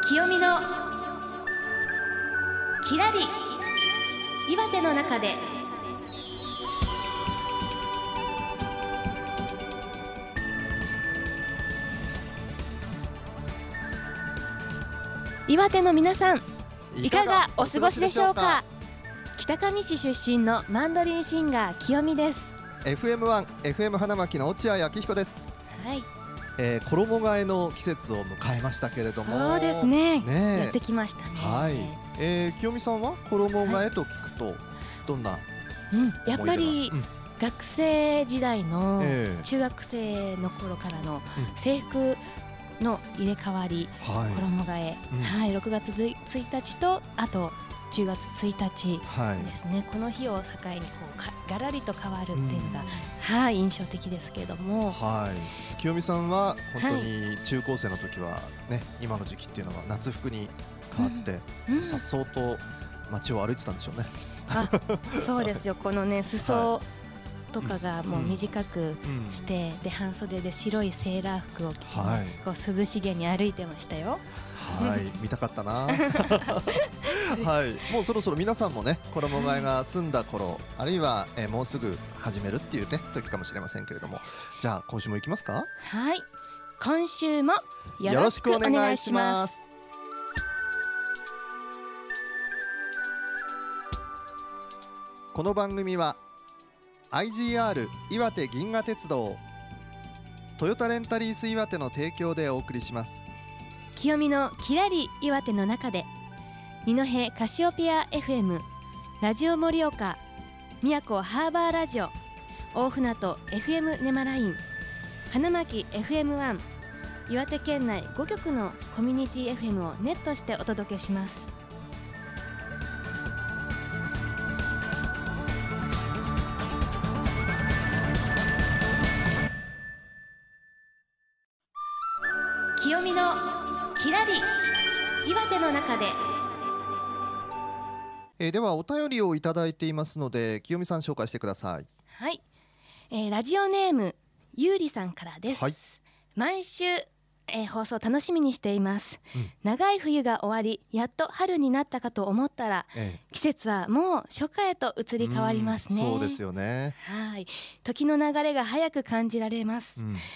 清美のきらり岩手の中で。岩手の皆さん、いかがお過ごしでしょうか。北上市出身のマンドリンシンガー清美です。 FM1、FM 花巻の落合明彦です。 はい、 衣替えの季節を迎えましたけれども。 そうですね、やってきましたね。 はい、清美さんは衣替えと聞くとどんな思い出が、 やっぱり、学生時代の中学生の頃からの制服の入れ替わり、衣替え、6月1日とあと10月1日ですね、この日を境にガラリと変わるっていうのが、印象的ですけれども、 清美さんは本当に中高生の時は、今の時期っていうのが夏服に変わってさっそうと街を歩いてたんでしょうね。 そうですよ。このね、裾とかがもう短くして、で半袖で白いセーラー服を着て、こう涼しげに歩いてましたよ。 見たかったな。もうそろそろ皆さんもね、衣替えが済んだ頃、あるいは、もうすぐ始めるっていうね時かもしれませんけれども、じゃあ今週も行きますか。 今週もよろしくお願いします。 この番組は IGR 岩手銀河鉄道、トヨタレンタリース岩手の提供でお送りします。 清美のきらり岩手の中で、二戸カシオペア FM、 ラジオ盛岡、宮古ハーバーラジオ、大船渡 FM ネマライン、花巻 FM1、 岩手県内5局のコミュニティ FM をネットしてお届けします。清美のきらり岩手の中で。 ではお便りをいただいていますので、清美さん紹介してください。 ラジオネームゆうりさんからです。毎週、放送楽しみにしています。長い冬が終わり、やっと春になったかと思ったら、季節はもう初夏へと移り変わりますね。 そうですよね。 時の流れが早く感じられます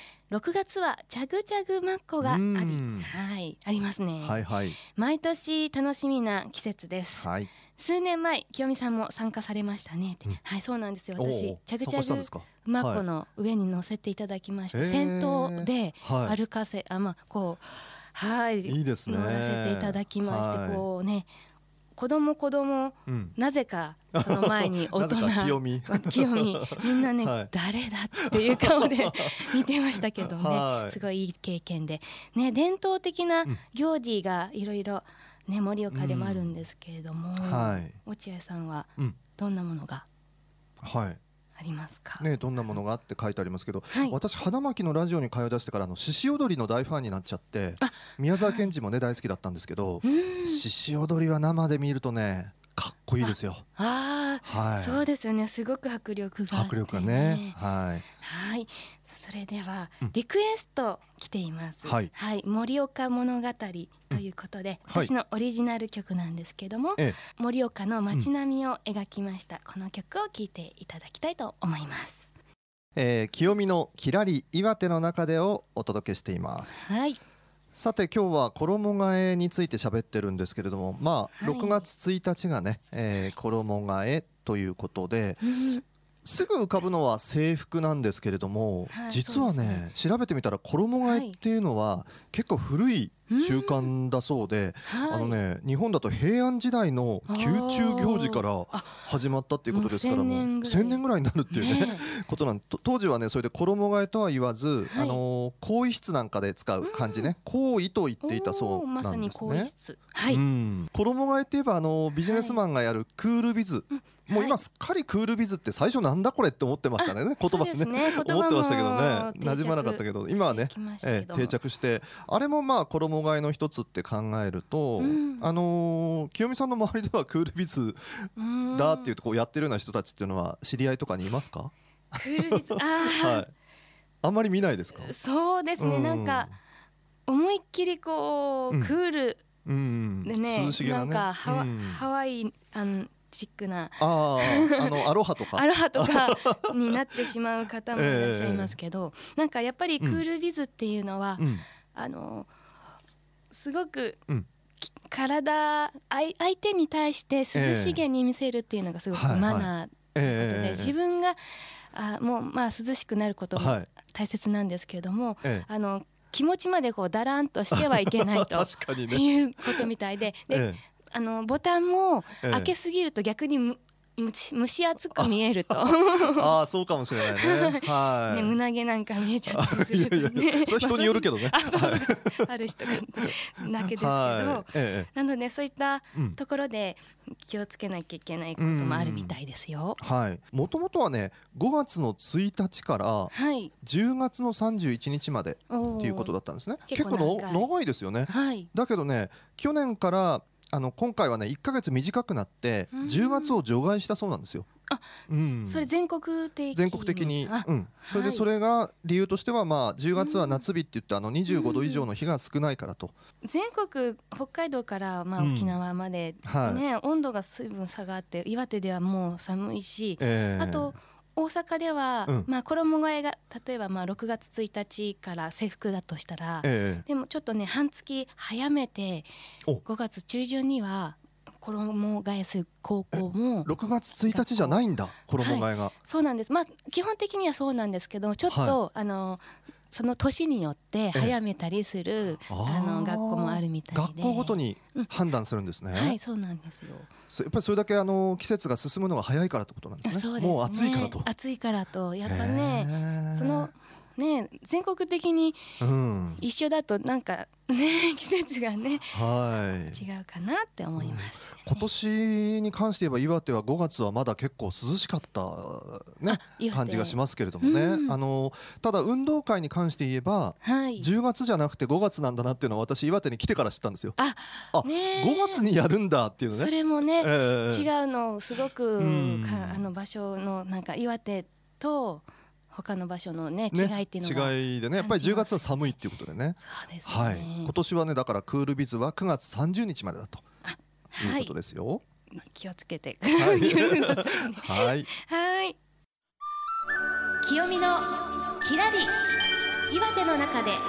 。6月はチャグチャグマッコがありますね。毎年楽しみな季節です。数年前、清美さんも参加されましたね。そうなんですよ。私チャグチャグマッコの上に乗せていただきまして、先頭で歩かせ、いいですね、乗らせていただきまして、こうね、子供、なぜかその前に大人清美みんなね、誰だっていう顔で見てましたけどね、すごいいい経験でね。伝統的な行事がいろいろね、盛岡でもあるんですけれども、落合さんはどんなものがありますか。 どんなものがって書いてありますけど、私花巻のラジオに通い出してから獅子踊りの大ファンになっちゃって、宮沢賢治もね大好きだったんですけど、獅子踊りは生で見るとね、かっこいいですよ。 そうですよね。すごく迫力があってね。それではリクエスト来ています。盛岡物語ということで、私のオリジナル曲なんですけども、盛岡の街並みを描きました、この曲を聴いていただきたいと思います。 清美のきらり岩手の中でをお届けしています。さて今日は衣替えについて喋ってるんですけれども、6月1日がね、衣替えということで、すぐ浮かぶのは制服なんですけれども、実はね、調べてみたら衣替えっていうのは結構古い習慣だそうで、日本だと平安時代の宮中行事から始まったっていうことですから、もう1000年ぐらいになるっていうねことなんで、当時はねそれで衣替えとは言わず、更衣室なんかで使う漢字ね、更衣と言っていたそうなんですね。衣替えって言えばビジネスマンがやるクールビズ、もう今すっかりクールビズって最初なんだこれって思ってましたね、言葉ね思ってましたけどね、馴染まなかったけど、今はね定着して、あれも衣替えの一つって考えると、清美さんの周りではクールビズだっていうとこうやってるような人たちっていうのは知り合いとかにいますか。 クールビズあんまり見ないですか。 そうですね、なんか思いっきりこうクールでね、 涼しげなね、 なんかハワイチックなアロハとかになってしまう方もいらっしゃいますけど、なんかやっぱりクールビズっていうのは、すごく、相手に対して涼しげに見せるっていうのがすごくマナーということで、自分がもう涼しくなることも大切なんですけれども、気持ちまでこうだらんとしてはいけないということみたいで、ボタンも開けすぎると逆に蒸し暑く見えるとそうかもしれないね。はい。 胸毛なんか見えちゃったりするとね。 それ人によるけどね。 ある人がだけですけど、なのでそういったところで気をつけなきゃいけないこともあるみたいですよ。 はい。もともとはね、5月の1日から10月の31日までっていうことだったんですね。結構長いですよね。だけどね、去年から今回はね1ヶ月短くなって10月を除外したそうなんですよ。 それ全国的に、 それが理由としては、10月は夏日って言って25度以上の日が少ないからと。 全国北海道から沖縄までね、温度が随分下がって、岩手ではもう寒いし、あと大阪では、衣替えが例えば6月1日から制服だとしたら、でもちょっとね半月早めて5月中旬には衣替えする高校も 6月1日じゃないんだ、衣替えが。 そうなんです。基本的にはそうなんですけど、ちょっと、その年によって早めたりする学校もあるみたいで、 学校ごとに判断するんですね。 はい、そうなんですよ。 やっぱりそれだけ季節が進むのが早いからってことなんですね。 そうですね。 もう暑いからと。 暑いからと、やっぱね、全国的に一緒だとなんかね、季節がね、違うかなって思います。 今年に関して言えば岩手は5月はまだ結構涼しかったね感じがしますけれどもね。ただ運動会に関して言えば10月じゃなくて5月なんだなっていうのは私岩手に来てから知ったんですよ。5月にやるんだっていうね。 それもね、違うのすごく場所のなんか岩手と他の場所のね違いっていうのが違いでね、やっぱり10月は寒いっていうことでね。 そうですね。 今年はねだからクールビズは9月30日までだということですよ。 気をつけてくださいね。 はい。 清美のきらり岩手の中で、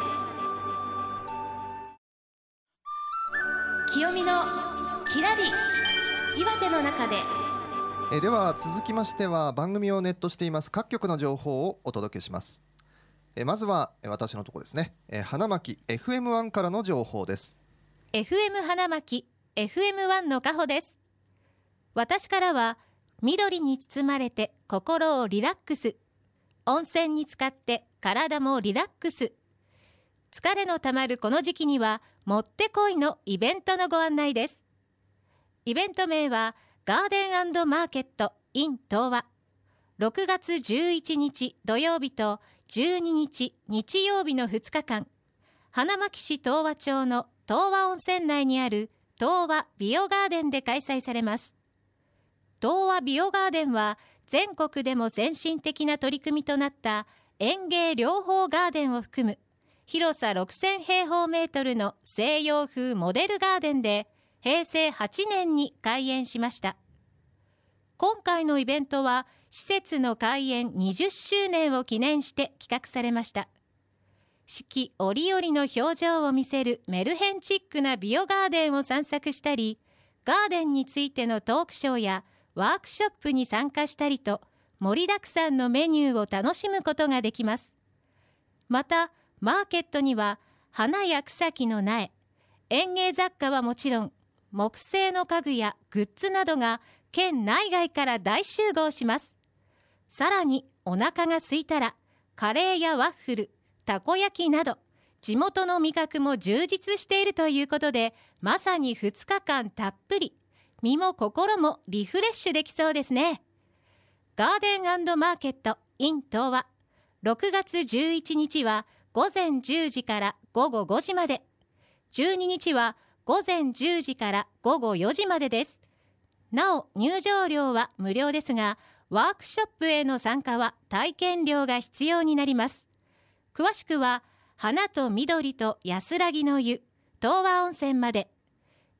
清美のきらり岩手の中で。 では続きましては番組をネットしています各局の情報をお届けします。まずは私のところですね、花巻 FM1 からの情報です。 FM 花巻 FM1 の加穂です。私からは緑に包まれて心をリラックス、温泉に浸かって体もリラックス、疲れのたまるこの時期にはもってこいのイベントのご案内です。イベント名はガーデン&マーケット in 東和、6月11日土曜日と12日日曜日の2日間、花巻市東和町の東和温泉内にある東和ビオガーデンで開催されます。東和ビオガーデンは全国でも先進的な取り組みとなった園芸療法ガーデンを含む広さ6000平方メートルの西洋風モデルガーデンで平成8年に開園しました。今回のイベントは施設の開園20周年を記念して企画されました。四季折々の表情を見せるメルヘンチックなビオガーデンを散策したり、ガーデンについてのトークショーやワークショップに参加したりと、盛りだくさんのメニューを楽しむことができます。また、マーケットには花や草木の苗、園芸雑貨はもちろん、木製の家具やグッズなどが県内外から大集合します。さらにお腹が空いたらカレーやワッフル、たこ焼きなど地元の味覚も充実しているということで、まさに2日間たっぷり身も心もリフレッシュできそうですね。ガーデン&マーケット in 東和、6月11日は午前10時から午後5時まで、12日は午前10時から午後4時までです。なお入場料は無料ですが、ワークショップへの参加は体験料が必要になります。詳しくは花と緑と安らぎの湯東和温泉まで。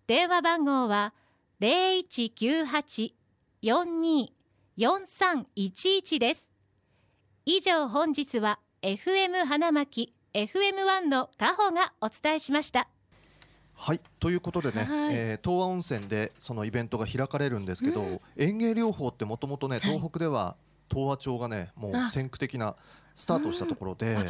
電話番号は 0198-42-4311 です。以上、本日は FM 花巻 FM1 の加穂がお伝えしました。 はい、ということでね、東和温泉でそのイベントが開かれるんですけど、園芸療法ってもともとね、東北では東和町がねもう先駆的なスタートしたところで、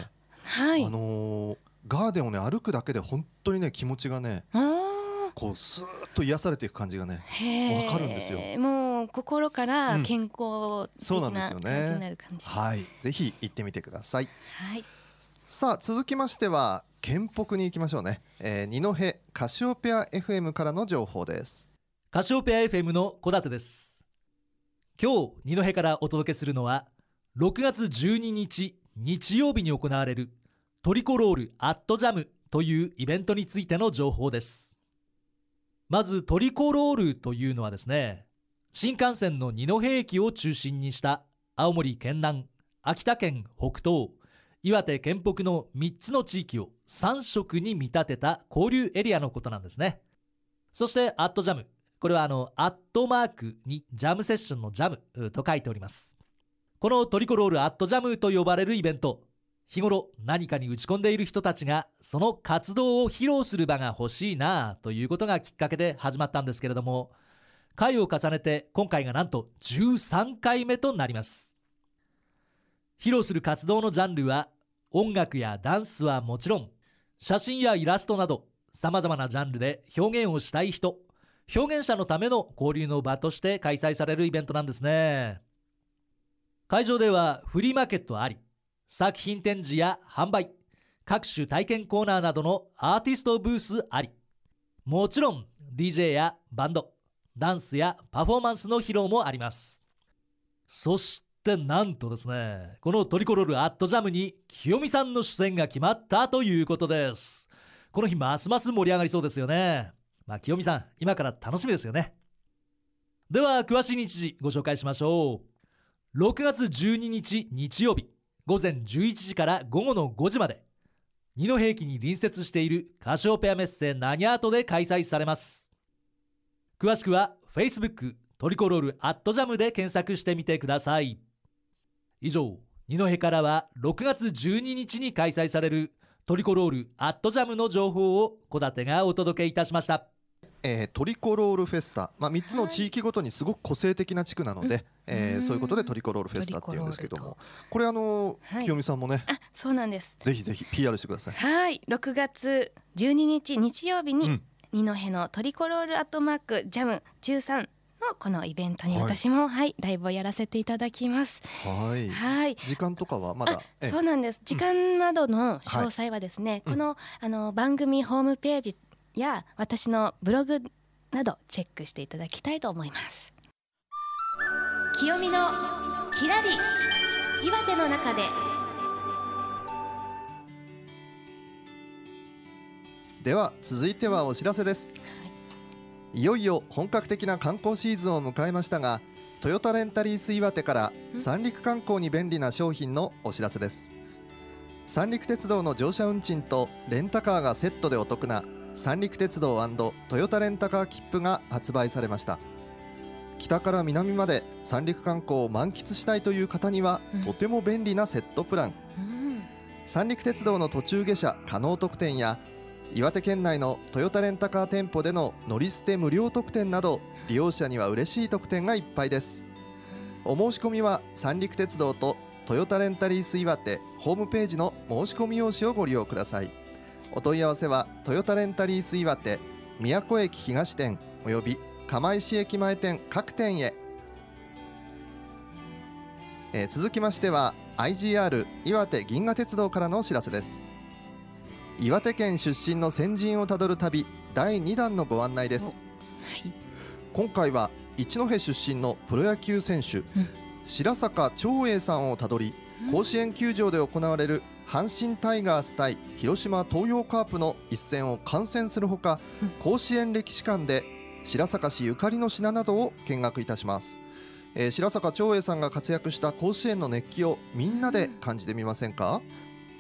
ガーデンをね歩くだけで本当にね気持ちがねこうスーッと癒されていく感じがねわかるんですよ。 もう心から健康的な感じになる感じ、 はい、ぜひ行ってみてください。はい、さあ続きましては県北に行きましょうね。二戸カシオペア FM からの情報です。 カシオペア FM の小立です。今日二戸からお届けするのは6月12日日曜日に行われるトリコロールアットジャムというイベントについての情報です。まずトリコロールというのはですね、新幹線の二戸駅を中心にした青森県南、秋田県北東、岩手県北の3つの地域を3色に見立てた交流エリアのことなんですね。そしてアットジャム、これはアットマークにジャムセッションのジャムと書いております。このトリコロールアットジャムと呼ばれるイベント、日頃何かに打ち込んでいる人たちがその活動を披露する場が欲しいなということがきっかけで始まったんですけれども、回を重ねて今回がなんと13回目となります。披露する活動のジャンルは音楽やダンスはもちろん、写真やイラストなどさまざまなジャンルで表現をしたい人、表現者のための交流の場として開催されるイベントなんですね。会場ではフリーマーケットあり、作品展示や販売、各種体験コーナーなどのアーティストブースあり、もちろん DJ やバンド、ダンスやパフォーマンスの披露もあります。そしてなんとですね、このトリコロールアットジャムに清美さんの出演が決まったということです。この日ますます盛り上がりそうですよね。清美さん、今から楽しみですよね。では詳しい日時ご紹介しましょう。6月12日日曜日午前11時から午後の5時まで、二戸駅に隣接しているカシオペアメッセナニャートで開催されます。詳しくは Facebook トリコロールアットジャムで検索してみてください。以上、二戸からは6月12日に開催されるトリコロールアットジャムの情報を小立がお届けいたしました。 トリコロールフェスタ、3つの地域ごとにすごく個性的な地区なので、そういうことでトリコロールフェスタっていうんですけども、これ清美さんもね、そうなんです、ぜひぜひ PR してください。 はい、6月12日日曜日に、二戸のトリコロールアットマークジャム13のこのイベントに私も、ライブをやらせていただきます。 時間とかはまだそうなんです。時間などの詳細はですね、この、番組ホームページや私のブログなどチェックしていただきたいと思います。清美のきらり岩手の中で。 では続いてはお知らせです。いよいよ本格的な観光シーズンを迎えましたが、トヨタレンタリース岩手から三陸観光に便利な商品のお知らせです。三陸鉄道の乗車運賃とレンタカーがセットでお得な三陸鉄道&トヨタレンタカー切符が発売されました。北から南まで三陸観光を満喫したいという方には、とても便利なセットプラン、三陸鉄道の途中下車可能特典や岩手県内のトヨタレンタカー店舗での乗り捨て無料特典など、利用者には嬉しい特典がいっぱいです。お申し込みは三陸鉄道とトヨタレンタリース岩手ホームページの申し込み用紙をご利用ください。お問い合わせはトヨタレンタリース岩手宮古駅東店および釜石駅前店各店へ。続きましては IGR 岩手銀河鉄道からのお知らせです。岩手県出身の先人をたどる旅第2弾のご案内です。今回は一戸出身のプロ野球選手、白坂長英さんをたどり、甲子園球場で行われる阪神タイガース対広島東洋カープの一戦を観戦するほか、甲子園歴史館で白坂市ゆかりの品などを見学いたします。白坂長英さんが活躍した甲子園の熱気をみんなで感じてみませんか。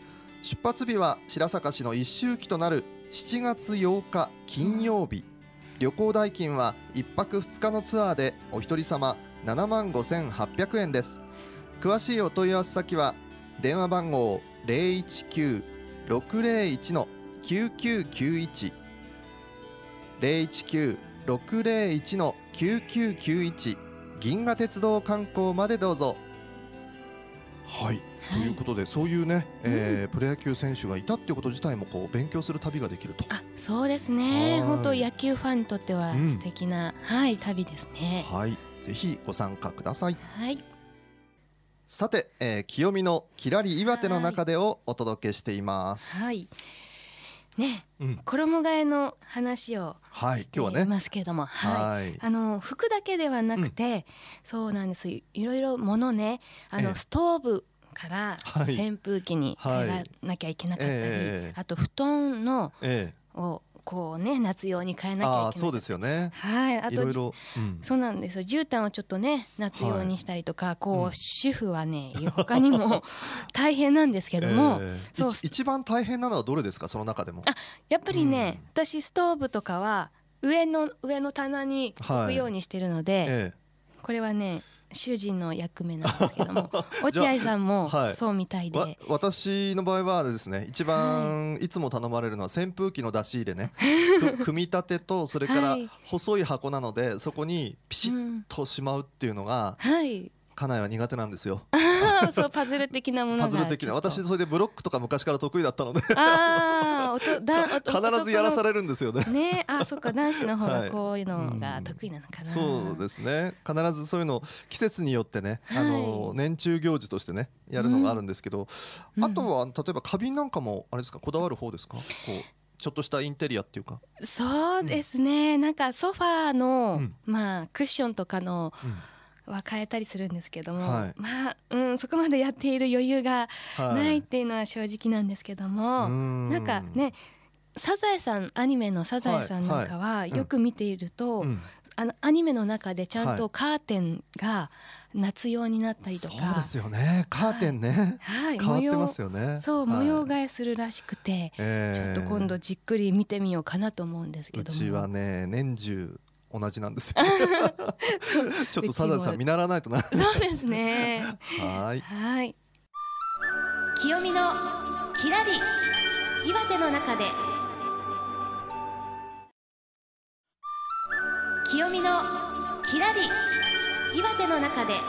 出発日は白坂市の一周忌となる7月8日金曜日、 旅行代金は1泊2日のツアーでお一人様75,800円です。詳しいお問い合わせ先は電話番号 019-601-9991 019-601-9991 銀河鉄道観光までどうぞ。はい、ということで、そういうね、プロ野球選手がいたっていうこと自体もこう勉強する旅ができると。 そうですね。本当野球ファンにとっては素敵な、旅ですね。 はい、ぜひご参加ください。 はい。 さて、清見のきらり岩手の中でをお届けしています。 はい。ね、衣替えの話をしていますけれども、服だけではなくて、そうなんです。いろいろ物ね、ストーブから扇風機に変えなきゃいけなかったり、あと布団のをこうね、夏用に変えなきゃいけない。 そうですよね。 はい、あといろいろ、そうなんですよ。絨毯をちょっとね、夏用にしたりとか、こう主婦はね、他にも大変なんですけども、 一番大変なのはどれですか、その中でも。 やっぱりね、私ストーブとかは上の棚に置くようにしてるので、これはね、主人の役目なんですけども、落合さんもそうみたいで、 私の場合はですね、一番いつも頼まれるのは扇風機の出し入れね組み立てと、それから細い箱なのでそこにピシッとしまうっていうのが、家内は苦手なんですよ。 そう、パズル的なものが、 パズル的な。私それでブロックとか昔から得意だったので必ずやらされるんですよね。 ね、そっか、男子の方がこういうのが得意なのかな。 そうですね。必ずそういうの季節によってね、年中行事としてねやるのがあるんですけど、あとは例えば花瓶なんかもあれですか、こだわる方ですか。こうちょっとしたインテリアっていうか。 そうですね。なんかソファーのクッションとかのは変えたりするんですけども、そこまでやっている余裕がないっていうのは正直なんですけども、なんかね、サザエさん、アニメのサザエさんなんかはよく見ていると、アニメの中でちゃんとカーテンが夏用になったりとか。 そうですよね、カーテンね、変わってますよね。 そう、模様替えするらしくて、ちょっと今度じっくり見てみようかなと思うんですけども。 うちはね、年中同じなんですよちょっとサザエさん見習わないとな。 そうですね。はい。清見のきらり岩手の中で。清見のきらり岩手の中で。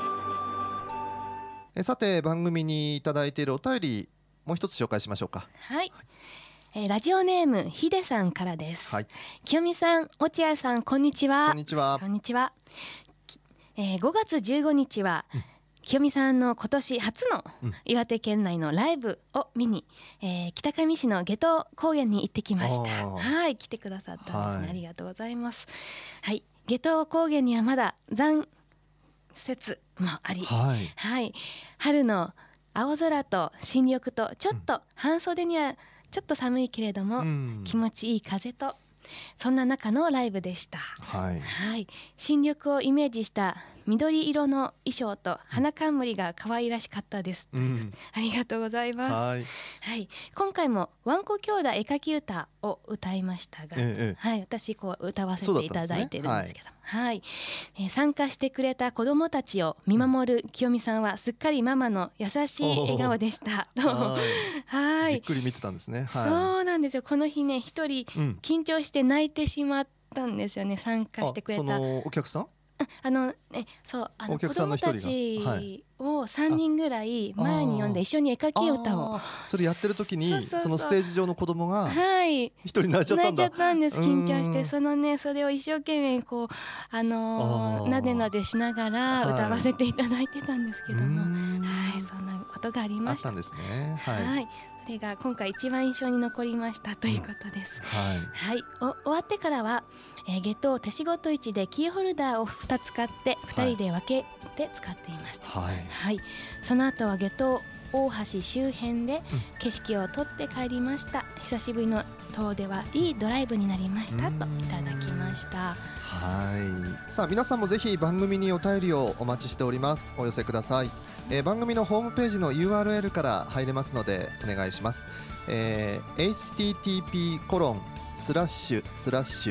さて、番組にいただいているお便り、もう一つ紹介しましょうか。 はい。ラジオネームひでさんからです。清見さん、落合さん、こんにちは。 こんにちは。 こんにちは。5月15日は、清見さんの今年初の岩手県内のライブを見に、北上市の夏油高原に行ってきました。はい、来てくださったんですね。ありがとうございます。はい、夏油高原にはまだ残雪もあり、春の青空と新緑と、ちょっと半袖にはちょっと寒いけれども、気持ちいい風と、そんな中のライブでした。新緑をイメージした緑色の衣装と花冠が可愛らしかったです。ありがとうございます。今回もわんこ兄弟絵描き歌を歌いましたが、私こう歌わせていただいてるんですけど、参加してくれた子どもたちを見守る清見さんは、すっかりママの優しい笑顔でした。じっくり見てたんですね。 そうなんですよ。この日ね、一人緊張して泣いてしまったんですよね。参加してくれたお客さん、 子供たちを3人ぐらい前に呼んで一緒に絵描き歌を、 それやってる時に、そのステージ上の子供が一人泣いちゃったんだ。 泣いちゃったんです。緊張して、それを一生懸命こうなでなでしながら歌わせていただいてたんですけども、そんなことがありました。 あったんですね。 それが今回一番印象に残りましたということです。終わってからは、夏油手仕事市でキーホルダーを2つ買って2人で分けて使っていました。その後は夏油大橋周辺で景色を撮って帰りました。久しぶりの遠出はいいドライブになりましたといただきました。 さあ、皆さんもぜひ番組にお便りをお待ちしております。お寄せください。番組のホームページの URL から入れますのでお願いします。http://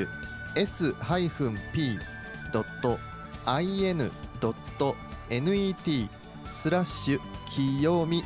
s-p.in.net/きよみ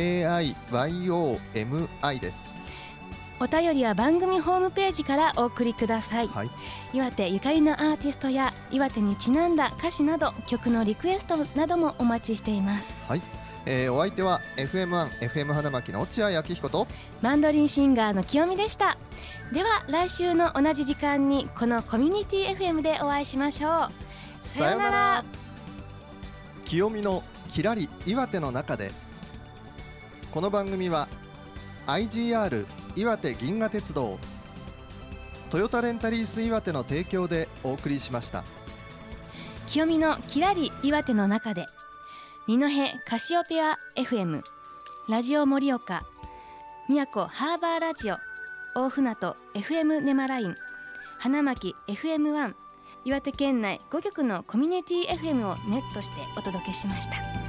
KIYOMI です。 お便りは番組ホームページからお送りください、はい、岩手ゆかりのアーティストや岩手にちなんだ歌詞など曲のリクエストなどもお待ちしています。 はい、お相手は FM1 花巻の落合明彦とマンドリンシンガーの清美でした。では来週の同じ時間にこのコミュニティ FM でお会いしましょう。さよなら。 清美のきらり岩手の中で。この番組は IGR 岩手銀河鉄道、トヨタレンタリース岩手の提供でお送りしました。 清美のきらり岩手の中で、二戸カシオペア FM、 ラジオ盛岡、宮古ハーバーラジオ、大船渡 FM ネマライン、花巻 FM1、岩手県内5局のコミュニティ FM をネットしてお届けしました。